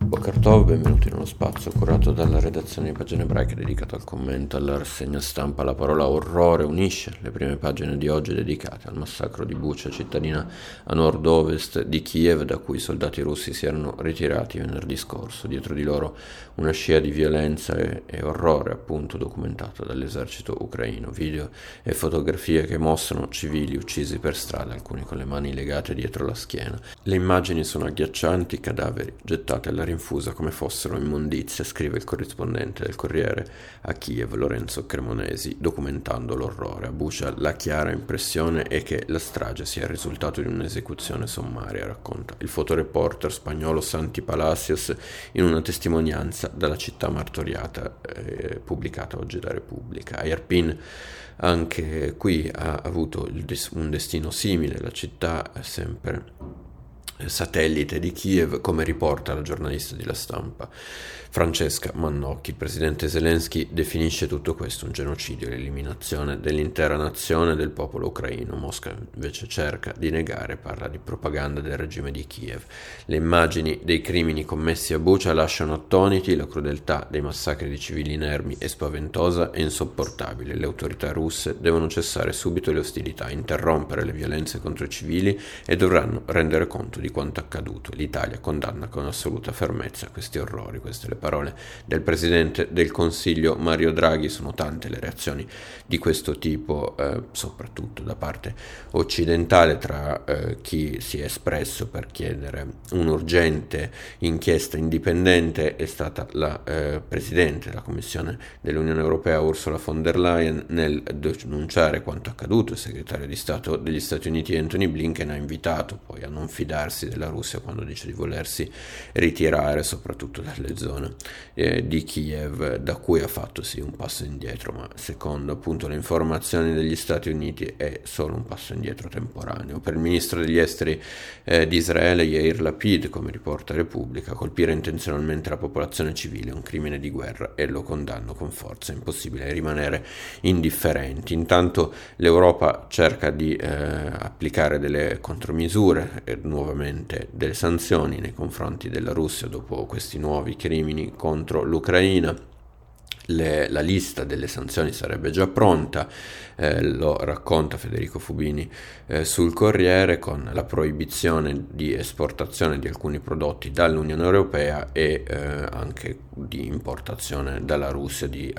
Boker Tov, benvenuti in uno spazio curato dalla redazione di Pagine Ebraiche dedicato al commento alla rassegna stampa. La parola orrore unisce le prime pagine di oggi dedicate al massacro di Bucha, cittadina a nord-ovest di Kiev, da cui i soldati russi si erano ritirati venerdì scorso. Dietro di loro una scia di violenza e orrore, appunto, documentato dall'esercito ucraino. Video e fotografie che mostrano civili uccisi per strada, alcuni con le mani legate dietro la schiena. Le immagini sono agghiaccianti, cadaveri gettati alla rinfusa come fossero immondizie, scrive il corrispondente del Corriere a Kiev, Lorenzo Cremonesi, documentando l'orrore. A Bucha la chiara impressione è che la strage sia il risultato di un'esecuzione sommaria, racconta il fotoreporter spagnolo Santi Palacios in una testimonianza dalla città martoriata pubblicata oggi da Repubblica. A Irpin anche qui ha avuto un destino simile, la città è sempre satellite di Kiev, come riporta la giornalista di La Stampa Francesca Mannocchi. Il presidente Zelensky definisce tutto questo un genocidio, l'eliminazione dell'intera nazione e del popolo ucraino. Mosca invece cerca di negare, parla di propaganda del regime di Kiev. Le immagini dei crimini commessi a Bucha lasciano attoniti, la crudeltà dei massacri di civili inermi è spaventosa e insopportabile. Le autorità russe devono cessare subito le ostilità, interrompere le violenze contro i civili e dovranno rendere conto di quanto accaduto. L'Italia condanna con assoluta fermezza questi orrori. Queste le parole del presidente del Consiglio Mario Draghi. Sono tante le reazioni di questo tipo, soprattutto da parte occidentale, tra chi si è espresso per chiedere un'urgente inchiesta indipendente è stata la presidente della Commissione dell'Unione Europea Ursula von der Leyen. Nel denunciare quanto accaduto, il segretario di Stato degli Stati Uniti Anthony Blinken ha invitato poi a non fidarsi della Russia quando dice di volersi ritirare soprattutto dalle zone di Kiev, da cui ha fatto sì un passo indietro, ma secondo appunto le informazioni degli Stati Uniti è solo un passo indietro temporaneo. Per il ministro degli esteri di Israele Yair Lapid, come riporta Repubblica, colpire intenzionalmente la popolazione civile è un crimine di guerra e lo condanno con forza. È impossibile rimanere indifferenti. Intanto l'Europa cerca di applicare delle contromisure e nuovamente delle sanzioni nei confronti della Russia dopo questi nuovi crimini contro l'Ucraina. La lista delle sanzioni sarebbe già pronta, lo racconta Federico Fubini sul Corriere, con la proibizione di esportazione di alcuni prodotti dall'Unione Europea e anche di importazione dalla Russia di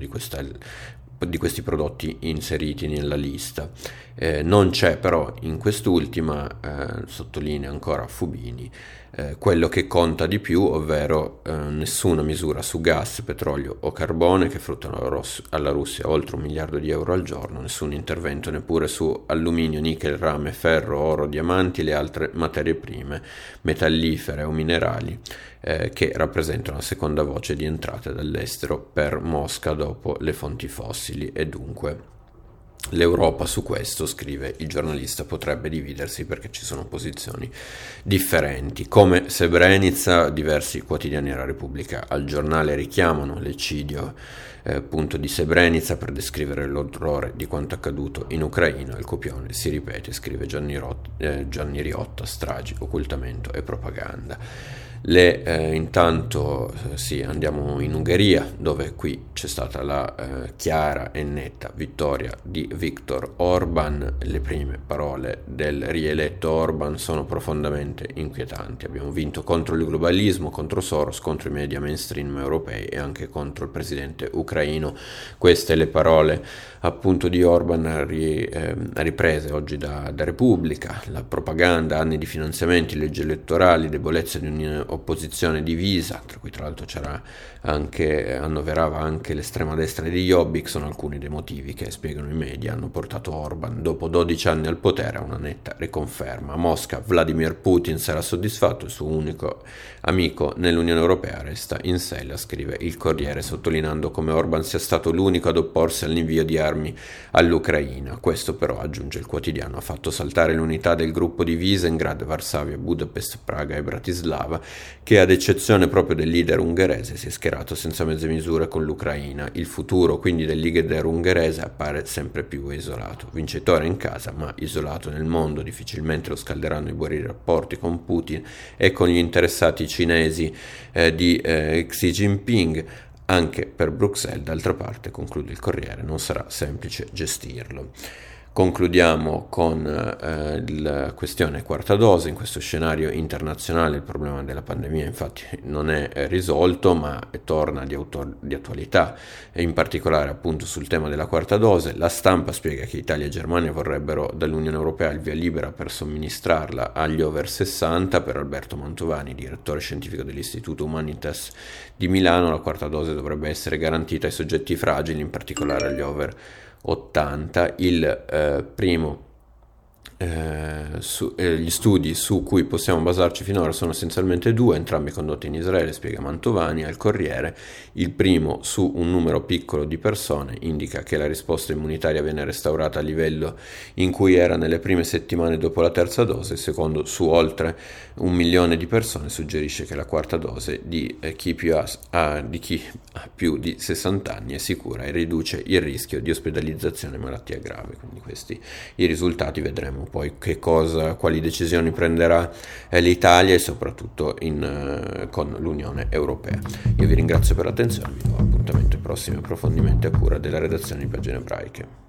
questi prodotti inseriti nella lista. Non c'è però in quest'ultima, sottolinea ancora Fubini, quello che conta di più, ovvero nessuna misura su gas, petrolio o carbone, che fruttano alla Russia oltre €1 miliardo al giorno, nessun intervento neppure su alluminio, nichel, rame, ferro, oro, diamanti e le altre materie prime metallifere o minerali che rappresentano la seconda voce di entrate dall'estero per Mosca dopo le fonti fossili. E dunque l'Europa su questo, scrive il giornalista, potrebbe dividersi perché ci sono posizioni differenti. Come Srebrenica, diversi quotidiani della Repubblica al Giornale richiamano l'eccidio appunto di Srebrenica per descrivere l'orrore di quanto accaduto in Ucraina. Il copione si ripete, scrive Gianni Riotta, stragi, occultamento e propaganda. Intanto andiamo in Ungheria, dove qui c'è stata la chiara e netta vittoria di Viktor Orban. Le prime parole del rieletto Orban sono profondamente inquietanti. Abbiamo vinto contro il globalismo, contro Soros, contro i media mainstream europei e anche contro il presidente ucraino. Queste le parole appunto di Orban riprese oggi da Repubblica. La propaganda, anni di finanziamenti, leggi elettorali, debolezza di un'opposizione divisa, tra cui tra l'altro annoverava anche l'estrema destra di Jobbik, sono alcuni dei motivi che, spiegano i media, hanno portato Orban dopo 12 anni al potere a una netta riconferma. A Mosca Vladimir Putin sarà soddisfatto, il suo unico amico nell'Unione Europea resta in sella, scrive il Corriere, sottolineando come Orban sia stato l'unico ad opporsi all'invio di armi all'Ucraina. Questo però, aggiunge il quotidiano, ha fatto saltare l'unità del gruppo di Visegrad, Varsavia, Budapest, Praga e Bratislava, che ad eccezione proprio del leader ungherese si è schierato senza mezze misure con l'Ucraina. Il futuro quindi del leader ungherese appare sempre più isolato, vincitore in casa ma isolato nel mondo. Difficilmente lo scalderanno i buoni rapporti con Putin e con gli interessati cinesi di Xi Jinping. Anche per Bruxelles, d'altra parte, conclude il Corriere, non sarà semplice gestirlo. Concludiamo con la questione quarta dose. In questo scenario internazionale il problema della pandemia infatti non è risolto, ma torna di attualità, e in particolare appunto sul tema della quarta dose. La Stampa spiega che Italia e Germania vorrebbero dall'Unione Europea il via libera per somministrarla agli over 60. Per Alberto Mantovani, direttore scientifico dell'Istituto Humanitas di Milano, la quarta dose dovrebbe essere garantita ai soggetti fragili, in particolare agli over 80. Gli studi su cui possiamo basarci finora sono essenzialmente due, entrambi condotti in Israele, spiega Mantovani al Corriere. Il primo, su un numero piccolo di persone, indica che la risposta immunitaria viene restaurata al livello in cui era nelle prime settimane dopo la terza dose. Il secondo, su oltre 1 milione di persone, suggerisce che la quarta dose di chi ha più di 60 anni è sicura e riduce il rischio di ospedalizzazione e malattie gravi. Quindi questi i risultati, vedremo poi quali decisioni prenderà l'Italia e soprattutto con l'Unione Europea. Io vi ringrazio per l'attenzione, vi do appuntamento ai prossimi approfondimenti a cura della redazione di Pagine Ebraiche.